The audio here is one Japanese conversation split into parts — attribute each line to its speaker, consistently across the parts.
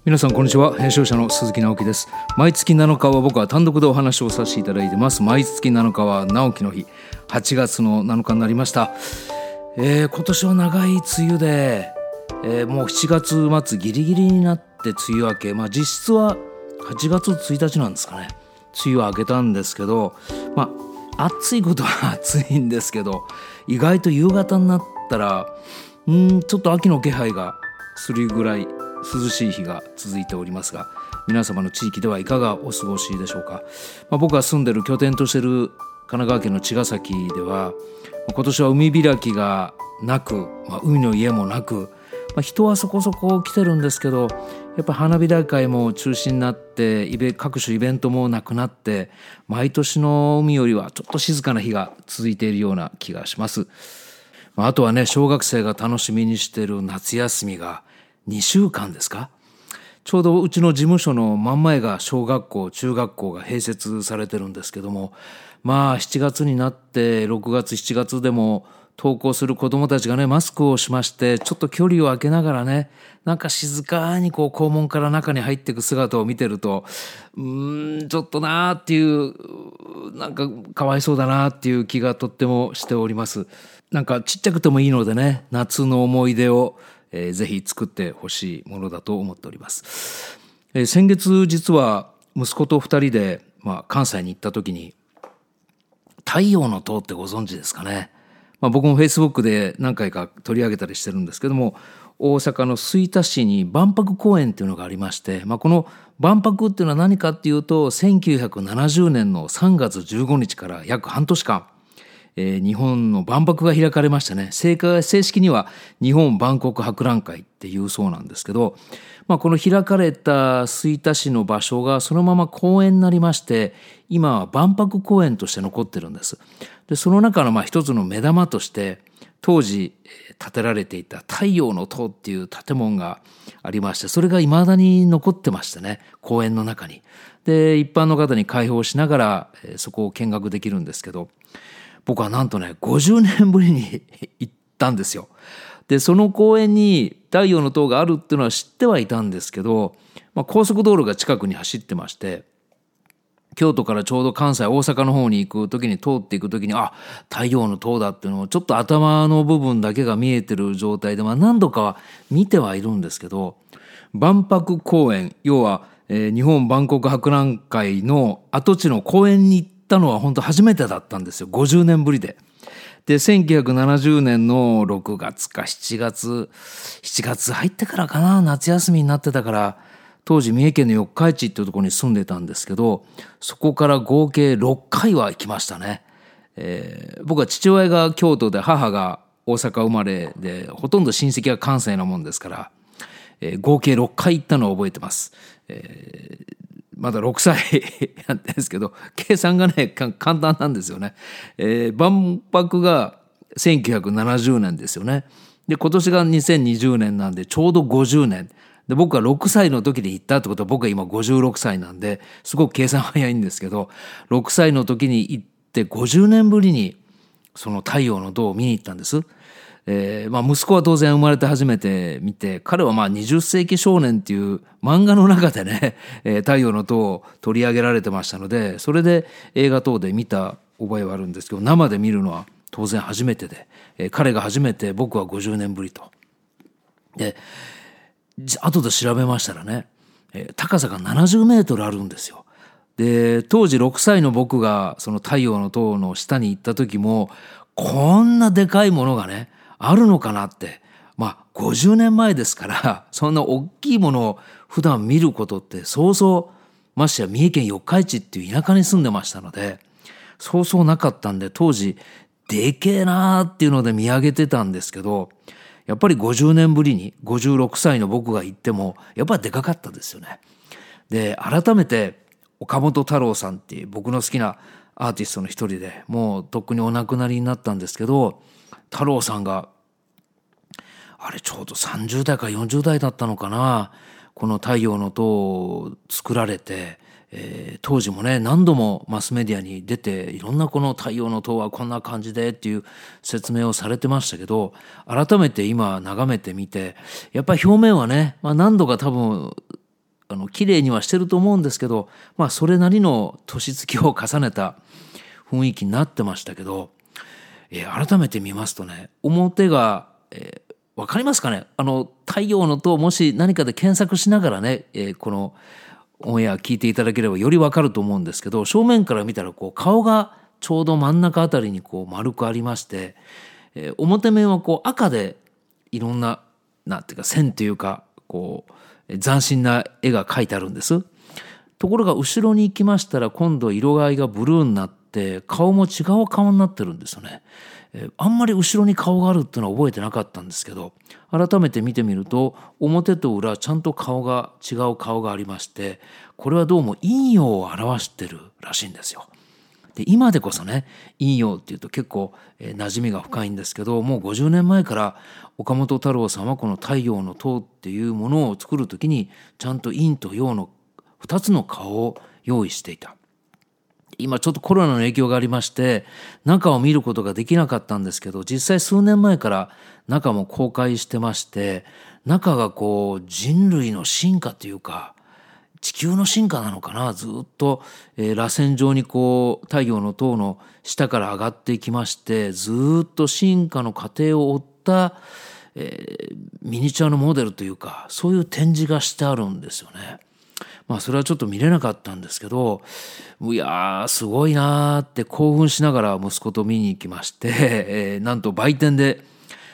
Speaker 1: 皆さんこんにちは。編集者の鈴木直樹です。毎月7日は僕は単独でお話をさせていただいてます。毎月7日は直樹の日。8月の7日になりました。今年は長い梅雨で、もう7月末ギリギリになって梅雨明け、実質は8月1日なんですかね。梅雨は明けたんですけど、暑いことは暑いんですけど、意外と夕方になったらちょっと秋の気配がするぐらい涼しい日が続いておりますが、皆様の地域ではいかがお過ごしでしょうか。僕が住んでる拠点としている神奈川県の茅ヶ崎では、今年は海開きがなく、海の家もなく、人はそこそこ来てるんですけど、やっぱ花火大会も中止になって各種イベントもなくなって、毎年の海よりはちょっと静かな日が続いているような気がします。あとはね、小学生が楽しみにしている夏休みが2週間ですか。ちょうどうちの事務所の真ん前が小学校中学校が併設されてるんですけども、7月になって6月7月でも登校する子どもたちがね、マスクをしましてちょっと距離を空けながらね、なんか静かに校門から中に入っていく姿を見てると、ちょっとなーっていう、なんかかわいそうだなっていう気がとってもしております。なんかちっちゃくてもいいのでね、夏の思い出をぜひ作ってほしいものだと思っております。先月実は息子と2人で、関西に行った時に太陽の塔ってご存知ですかね。僕もフェイスブックで何回か取り上げたりしてるんですけども、大阪の吹田市に万博公園っていうのがありまして、この万博っていうのは何かっていうと、1970年の3月15日から約半年間、日本の万博が開かれましたね。正式には日本万国博覧会っていうそうなんですけど、この開かれた吹田市の場所がそのまま公園になりまして、今は万博公園として残ってるんです。で、その中の一つの目玉として、当時建てられていた太陽の塔っていう建物がありまして、それが未だに残ってましてね、公園の中に。で、一般の方に開放しながらそこを見学できるんですけど、僕はなんとね、50年ぶりに行ったんですよ。で、その公園に太陽の塔があるっていうのは知ってはいたんですけど、高速道路が近くに走ってまして、京都からちょうど関西大阪の方に行く時に通っていく時に、太陽の塔だっていうのをちょっと頭の部分だけが見えてる状態で、何度かは見てはいるんですけど、万博公園、要は、日本万国博覧会の跡地の公園に行ったのは本当初めてだったんですよ。50年ぶりで。で、1970年の6月か7月入ってからかな、夏休みになってたから、当時三重県の四日市っていうところに住んでたんですけど、そこから合計6回は行きましたね。僕は父親が京都で母が大阪生まれで、ほとんど親戚が関西なもんですから、合計6回行ったのを覚えてます。まだ6歳なんですけど、計算がね、簡単なんですよね。万博が1970年ですよね。で、今年が2020年なんでちょうど50年。で、僕は6歳の時に行ったってことは、僕は今56歳なんで、すごく計算早いんですけど、6歳の時に行って50年ぶりにその太陽の塔を見に行ったんです。息子は当然生まれて初めて見て、彼は20世紀少年っていう漫画の中でね、太陽の塔を取り上げられてましたので、それで映画等で見た覚えはあるんですけど、生で見るのは当然初めてで、彼が初めて、僕は50年ぶりと。で、後で調べましたらね、高さが70メートルあるんですよ。で、当時6歳の僕がその太陽の塔の下に行った時も、こんなでかいものがね、あるのかなって。50年前ですから、そんな大きいものを普段見ることってそうそう、ましてや三重県四日市っていう田舎に住んでましたので、そうそうなかったんで、当時でけえなーっていうので見上げてたんですけど、やっぱり50年ぶりに56歳の僕が行ってもやっぱりでかかったですよね。で、改めて岡本太郎さんっていう僕の好きなアーティストの一人で、もうとっくにお亡くなりになったんですけど、太郎さんがあれちょうど30代か40代だったのかな、この太陽の塔を作られて、当時もね、何度もマスメディアに出て、いろんなこの太陽の塔はこんな感じでっていう説明をされてましたけど、改めて今眺めてみて、やっぱり表面はね、何度か多分綺麗にはしてると思うんですけど、それなりの年月を重ねた雰囲気になってましたけど、改めて見ますとね、表が、わかりますかね。太陽の塔、もし何かで検索しながらね、このオンエア聞いていただければよりわかると思うんですけど、正面から見たら顔がちょうど真ん中あたりに丸くありまして、表面は赤でいろんななんていうか線というか斬新な絵が描いてあるんです。ところが後ろに行きましたら今度色合いがブルーになって顔も違う顔になってるんですよね。あんまり後ろに顔があるっていうのは覚えてなかったんですけど、改めて見てみると表と裏ちゃんと違う顔がありまして、これはどうも陰陽を表してるらしいんですよ。で今でこそね、陰陽っていうと結構馴染みが深いんですけど、もう50年前から岡本太郎さんはこの太陽の塔っていうものを作るときにちゃんと陰と陽の2つの顔を用意していた。今ちょっとコロナの影響がありまして中を見ることができなかったんですけど、実際数年前から中も公開してまして、中が人類の進化というか地球の進化なのかな、ずっと螺旋状に太陽の塔の下から上がっていきまして、ずっと進化の過程を追った、ミニチュアのモデルというかそういう展示がしてあるんですよね。それはちょっと見れなかったんですけど、いやーすごいなーって興奮しながら息子と見に行きまして、なんと売店で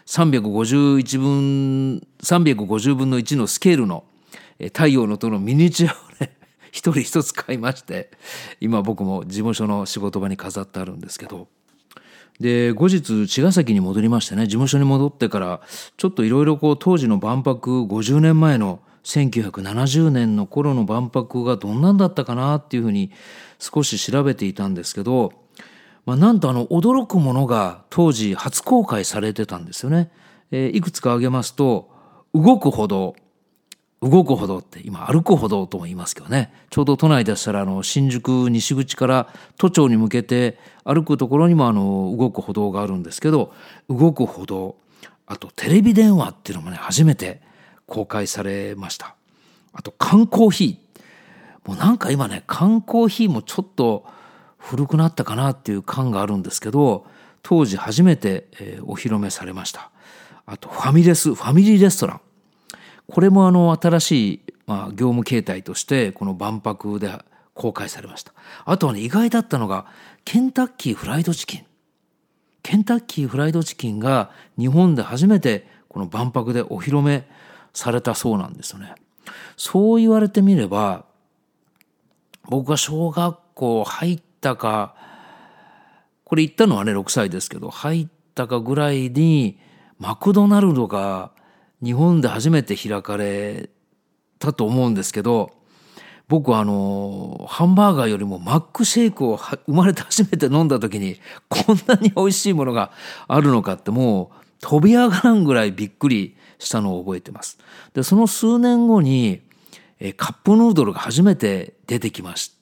Speaker 1: 350分の1のスケールの太陽の塔のミニチュアをね一人一つ買いまして、今僕も事務所の仕事場に飾ってあるんですけど、で後日茅ヶ崎に戻りましてね、事務所に戻ってからちょっといろいろ当時の万博、50年前の1970年の頃の万博がどんなんだったかなっていうふうに少し調べていたんですけど、なんと驚くものが当時初公開されてたんですよね。いくつか挙げますと、動く歩道って今歩く歩道とも言いますけどね、ちょうど都内でしたら新宿西口から都庁に向けて歩くところにも動く歩道があるんですけど、動く歩道、あとテレビ電話っていうのもね初めて公開されました。あと缶コーヒー、もうなんか今ね缶コーヒーもちょっと古くなったかなっていう感があるんですけど、当時初めてお披露目されました。あとファミリーレストラン、これも新しい業務形態としてこの万博で公開されました。あとはね、意外だったのがケンタッキーフライドチキンが日本で初めてこの万博でお披露目されたそうなんですよね。そう言われてみれば、僕が小学校入ったか、これ行ったのはね6歳ですけど、入ったかぐらいにマクドナルドが日本で初めて開かれたと思うんですけど、僕はハンバーガーよりもマックシェイクを生まれて初めて飲んだ時に、こんなに美味しいものがあるのかってもう飛び上がらんぐらいびっくりしたのを覚えてます。でその数年後にカップヌードルが初めて出てきまして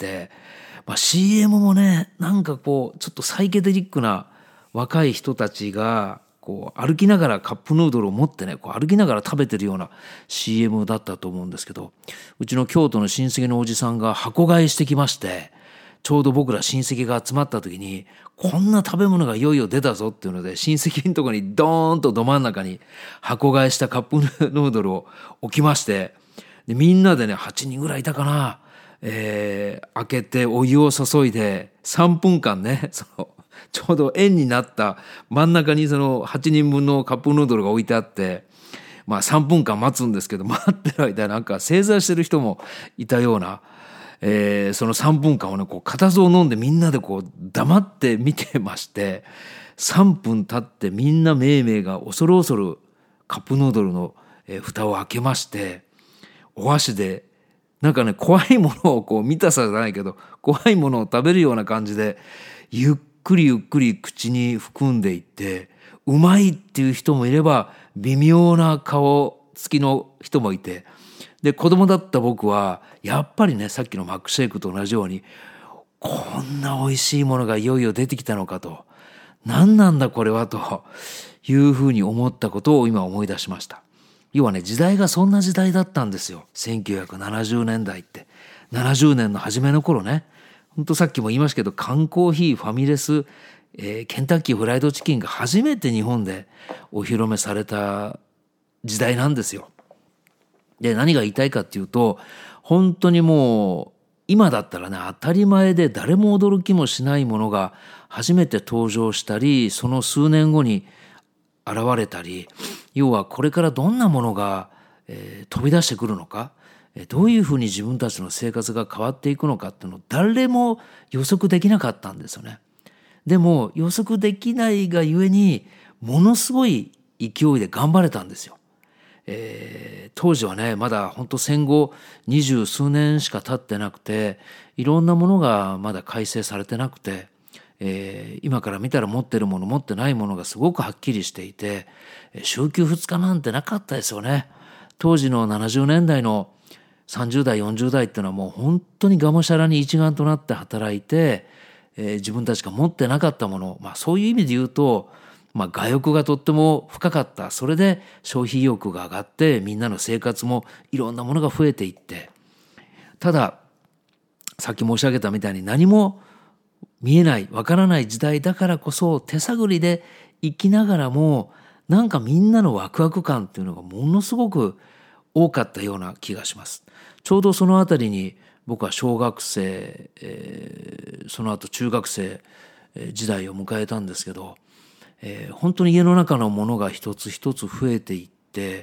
Speaker 1: 、CM もねなんかちょっとサイケデリックな若い人たちが歩きながらカップヌードルを持ってね歩きながら食べてるような CM だったと思うんですけど、うちの京都の親戚のおじさんが箱買いしてきまして、ちょうど僕ら親戚が集まった時にこんな食べ物がいよいよ出たぞっていうので、親戚のところにドーンとど真ん中に箱買いしたカップヌードルを置きまして、でみんなでね8人ぐらいいたかな、開けてお湯を注いで3分間ねちょうど円になった真ん中にその8人分のカップヌードルが置いてあって、3分間待つんですけど、待ってる間なんか正座してる人もいたような、その3分間をね固唾を飲んでみんなで黙って見てまして、3分経ってみんなめいめいが恐る恐るカップヌードルの蓋を開けまして、お箸でなんかね怖いものを見たさじゃないけど怖いものを食べるような感じでゆっくり口に含んでいって、うまいっていう人もいれば微妙な顔つきの人もいて、で子供だった僕はやっぱりねさっきのマックシェイクと同じようにこんな美味しいものがいよいよ出てきたのかと、何なんだこれはというふうに思ったことを今思い出しました。 要はね、時代がそんな時代だったんですよ。1970年代って。70年の初めの頃ね。ほんとさっきも言いましたけど、缶コーヒー、ファミレス、ケンタッキーフライドチキンが初めて日本でお披露目された時代なんですよ。で、何が言いたいかっていうと、本当にもう今だったらね、当たり前で誰も驚きもしないものが初めて登場したり、その数年後に現れたり、要はこれからどんなものが、飛び出してくるのか、どういうふうに自分たちの生活が変わっていくのかっていうのを誰も予測できなかったんですよね。でも予測できないがゆえにものすごい勢いで頑張れたんですよ。当時はね、まだ本当戦後20数年しか経ってなくて、いろんなものがまだ改正されてなくて、今から見たら持ってるもの持ってないものがすごくはっきりしていて、週休2日なんてなかったですよね。当時の70年代の30代40代っていうのはもう本当にがむしゃらに一丸となって働いて、自分たちが持ってなかったもの、そういう意味で言うと、我欲がとっても深かった。それで消費意欲が上がってみんなの生活もいろんなものが増えていって、たださっき申し上げたみたいに何も見えないわからない時代だからこそ、手探りで生きながらもなんかみんなのワクワク感っていうのがものすごく多かったような気がします。ちょうどそのあたりに僕は小学生、その後中学生時代を迎えたんですけど、本当に家の中のものが一つ一つ増えていって、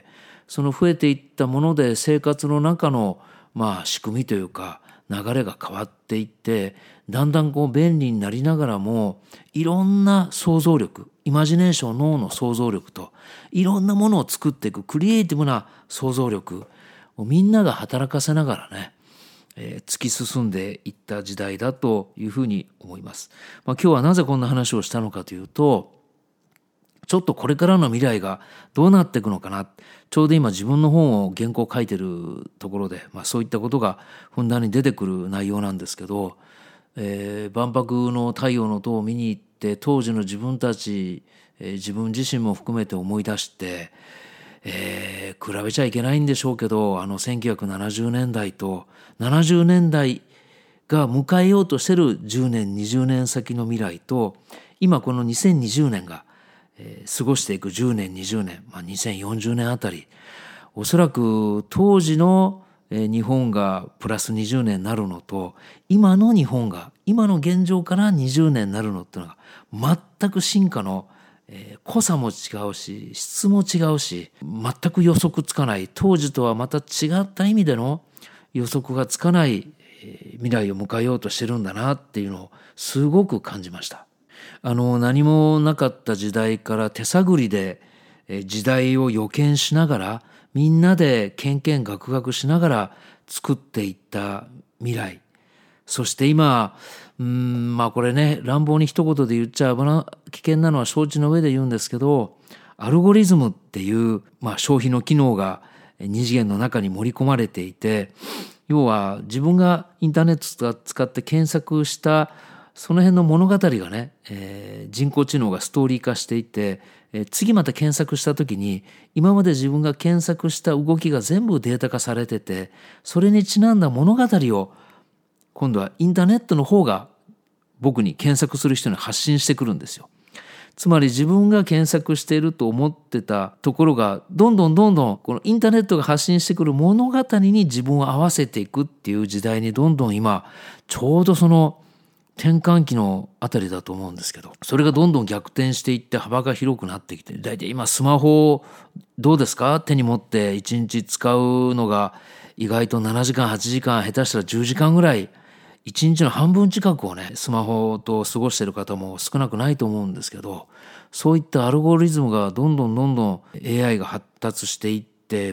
Speaker 1: その増えていったもので生活の中の仕組みというか流れが変わっていって、だんだん便利になりながらもいろんな想像力、イマジネーション、脳の想像力といろんなものを作っていくクリエイティブな想像力をみんなが働かせながらね、突き進んでいった時代だというふうに思います。今日はなぜこんな話をしたのかというと、ちょっとこれからの未来がどうなっていくのかな。ちょうど今自分の本を原稿書いてるところで、そういったことがふんだんに出てくる内容なんですけど、万博の太陽の塔を見に行って当時の自分たち、自分自身も含めて思い出して、比べちゃいけないんでしょうけど、1970年代と70年代が迎えようとしてる10年20年先の未来と、今この2020年が過ごしていく10年20年、2040年あたり、おそらく当時の日本がプラス20年になるのと、今の日本が今の現状から20年になるのっていうのが全く進化の濃さも違うし質も違うし、全く予測つかない、当時とはまた違った意味での予測がつかない未来を迎えようとしてるんだなっていうのをすごく感じました。何もなかった時代から手探りで時代を予見しながら、みんなでけんけんがくがくしながら作っていった未来、そして今これね、乱暴に一言で言っちゃ危険なのは承知の上で言うんですけど、アルゴリズムっていう、消費の機能が二次元の中に盛り込まれていて、要は自分がインターネットを使って検索したその辺の物語がね、人工知能がストーリー化していて、次また検索した時に今まで自分が検索した動きが全部データ化されてて、それにちなんだ物語を今度はインターネットの方が僕に検索する人に発信してくるんですよ。つまり自分が検索していると思ってたところがどんどんこのインターネットが発信してくる物語に自分を合わせていくっていう時代にどんどん今ちょうどその転換期のあたりだと思うんですけど、それがどんどん逆転していって幅が広くなってきて、だいたい今スマホどうですか、手に持って1日使うのが意外と7時間8時間、下手したら10時間ぐらい、1日の半分近くをねスマホと過ごしている方も少なくないと思うんですけど、そういったアルゴリズムがどんどん AI が発達していって、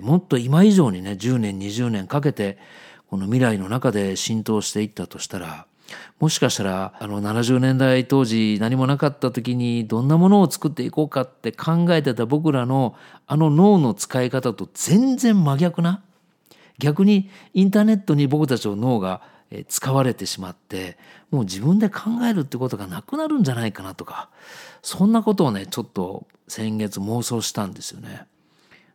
Speaker 1: もっと今以上にね10年20年かけてこの未来の中で浸透していったとしたら、もしかしたら70年代当時何もなかった時にどんなものを作っていこうかって考えてた僕らの脳の使い方と全然真逆な、逆にインターネットに僕たちの脳が使われてしまって、もう自分で考えるってことがなくなるんじゃないかなとか、そんなことをねちょっと先月妄想したんですよね。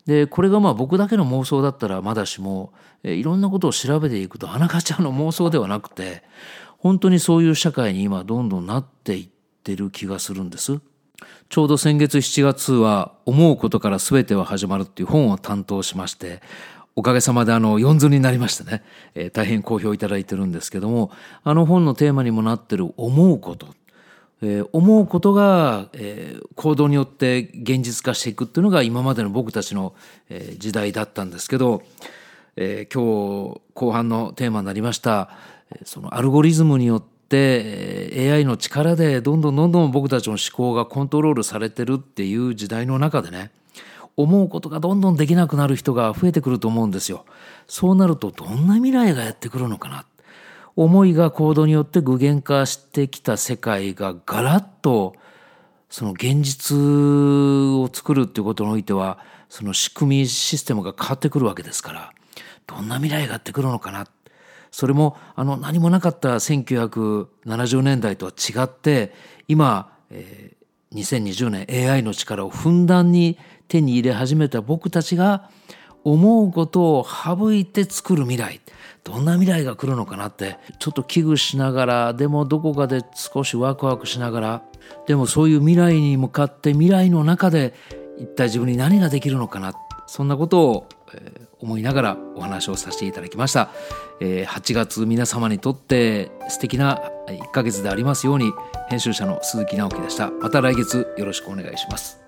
Speaker 1: でこれが僕だけの妄想だったらまだしも、いろんなことを調べていくとあながち妄想ではなくて、本当にそういう社会に今どんどんなっていってる気がするんです。ちょうど先月7月は思うことから全ては始まるっていう本を担当しまして、おかげさまで4図になりましてね、大変好評いただいてるんですけども、本のテーマにもなってる思うこと、思うことが、行動によって現実化していくっていうのが今までの僕たちの、時代だったんですけど、今日後半のテーマになりましたそのアルゴリズムによってAI の力でどんどん僕たちの思考がコントロールされてるっていう時代の中でね、思うことがどんどんできなくなる人が増えてくると思うんですよ。そうなるとどんな未来がやってくるのかな。思いが行動によって具現化してきた世界がガラッとその現実を作るっていうことにおいては、その仕組みシステムが変わってくるわけですから、どんな未来がやってくるのかな。それも何もなかった1970年代とは違って、今、2020年 AI の力をふんだんに手に入れ始めた僕たちが思うことを省いて作る未来、どんな未来が来るのかなってちょっと危惧しながら、でもどこかで少しワクワクしながら、でもそういう未来に向かって未来の中で一体自分に何ができるのかな、そんなことを思いながらお話をさせていただきました。8月皆様にとって素敵な1ヶ月でありますように。編集者の鈴木直樹でした。また来月よろしくお願いします。